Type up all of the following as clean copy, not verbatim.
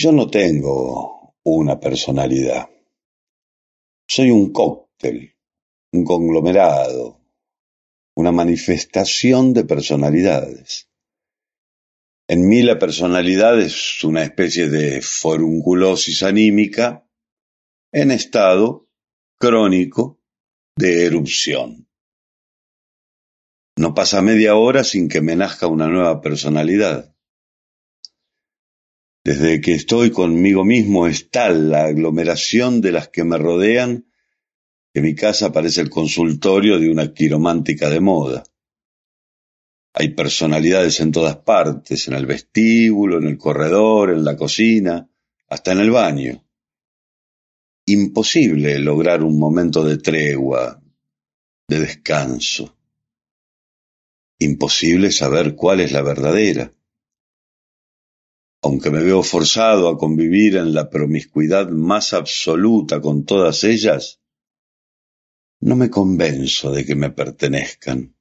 Yo no tengo una personalidad. Soy un cóctel, un conglomerado, una manifestación de personalidades. En mí la personalidad es una especie de forunculosis anímica en estado crónico de erupción. No pasa media hora sin que me nazca una nueva personalidad. Desde que estoy conmigo mismo es tal la aglomeración de las que me rodean que mi casa parece el consultorio de una quiromántica de moda. Hay personalidades en todas partes, en el vestíbulo, en el corredor, en la cocina, hasta en el baño. Imposible lograr un momento de tregua, de descanso. Imposible saber cuál es la verdadera. Aunque me veo forzado a convivir en la promiscuidad más absoluta con todas ellas, no me convenzo de que me pertenezcan.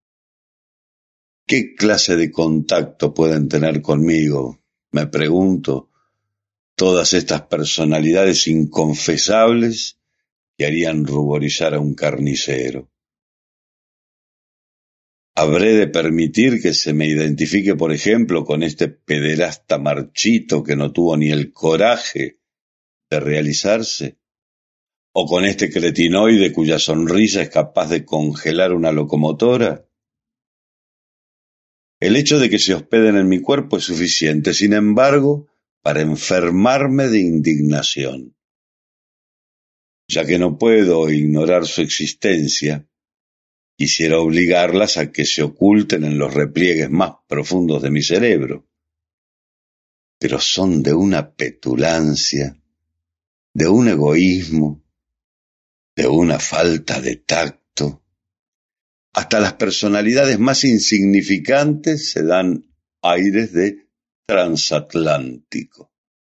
¿Qué clase de contacto pueden tener conmigo? Me pregunto, todas estas personalidades inconfesables que harían ruborizar a un carnicero. ¿Habré de permitir que se me identifique, por ejemplo, con este pederasta marchito que no tuvo ni el coraje de realizarse? ¿O con este cretinoide cuya sonrisa es capaz de congelar una locomotora? El hecho de que se hospeden en mi cuerpo es suficiente, sin embargo, para enfermarme de indignación. Ya que no puedo ignorar su existencia, quisiera obligarlas a que se oculten en los repliegues más profundos de mi cerebro. Pero son de una petulancia, de un egoísmo, de una falta de tacto. Hasta las personalidades más insignificantes se dan aires de transatlántico.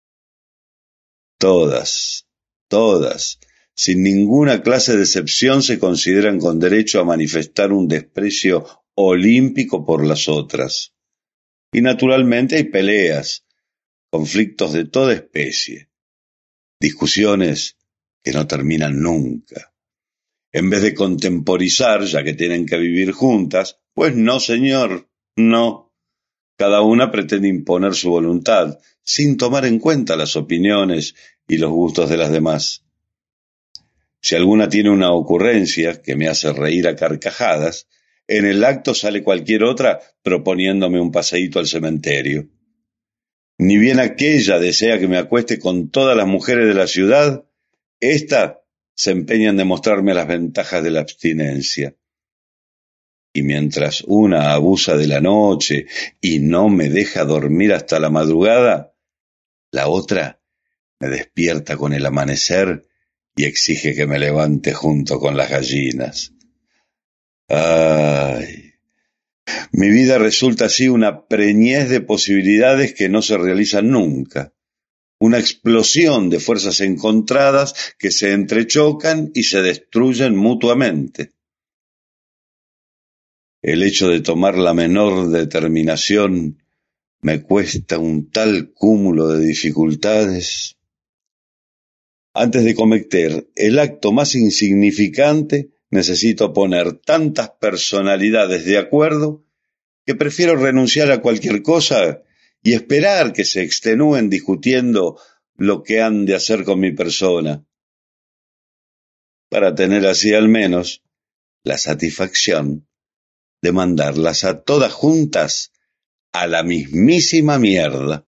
Todas, sin ninguna clase de excepción, se consideran con derecho a manifestar un desprecio olímpico por las otras. Y naturalmente hay peleas, conflictos de toda especie, discusiones que no terminan nunca. En vez de contemporizar, ya que tienen que vivir juntas, pues no, señor, no. Cada una pretende imponer su voluntad, sin tomar en cuenta las opiniones y los gustos de las demás. Si alguna tiene una ocurrencia que me hace reír a carcajadas, en el acto sale cualquier otra proponiéndome un paseíto al cementerio. Ni bien aquella desea que me acueste con todas las mujeres de la ciudad, ésta se empeña en demostrarme las ventajas de la abstinencia. Y mientras una abusa de la noche y no me deja dormir hasta la madrugada, la otra me despierta con el amanecer y exige que me levante junto con las gallinas. ¡Ay! Mi vida resulta así una preñez de posibilidades que no se realizan nunca. Una explosión de fuerzas encontradas que se entrechocan y se destruyen mutuamente. El hecho de tomar la menor determinación me cuesta un tal cúmulo de dificultades. Antes de cometer el acto más insignificante, necesito poner tantas personalidades de acuerdo que prefiero renunciar a cualquier cosa y esperar que se extenúen discutiendo lo que han de hacer con mi persona, para tener así al menos la satisfacción de mandarlas a todas juntas a la mismísima mierda.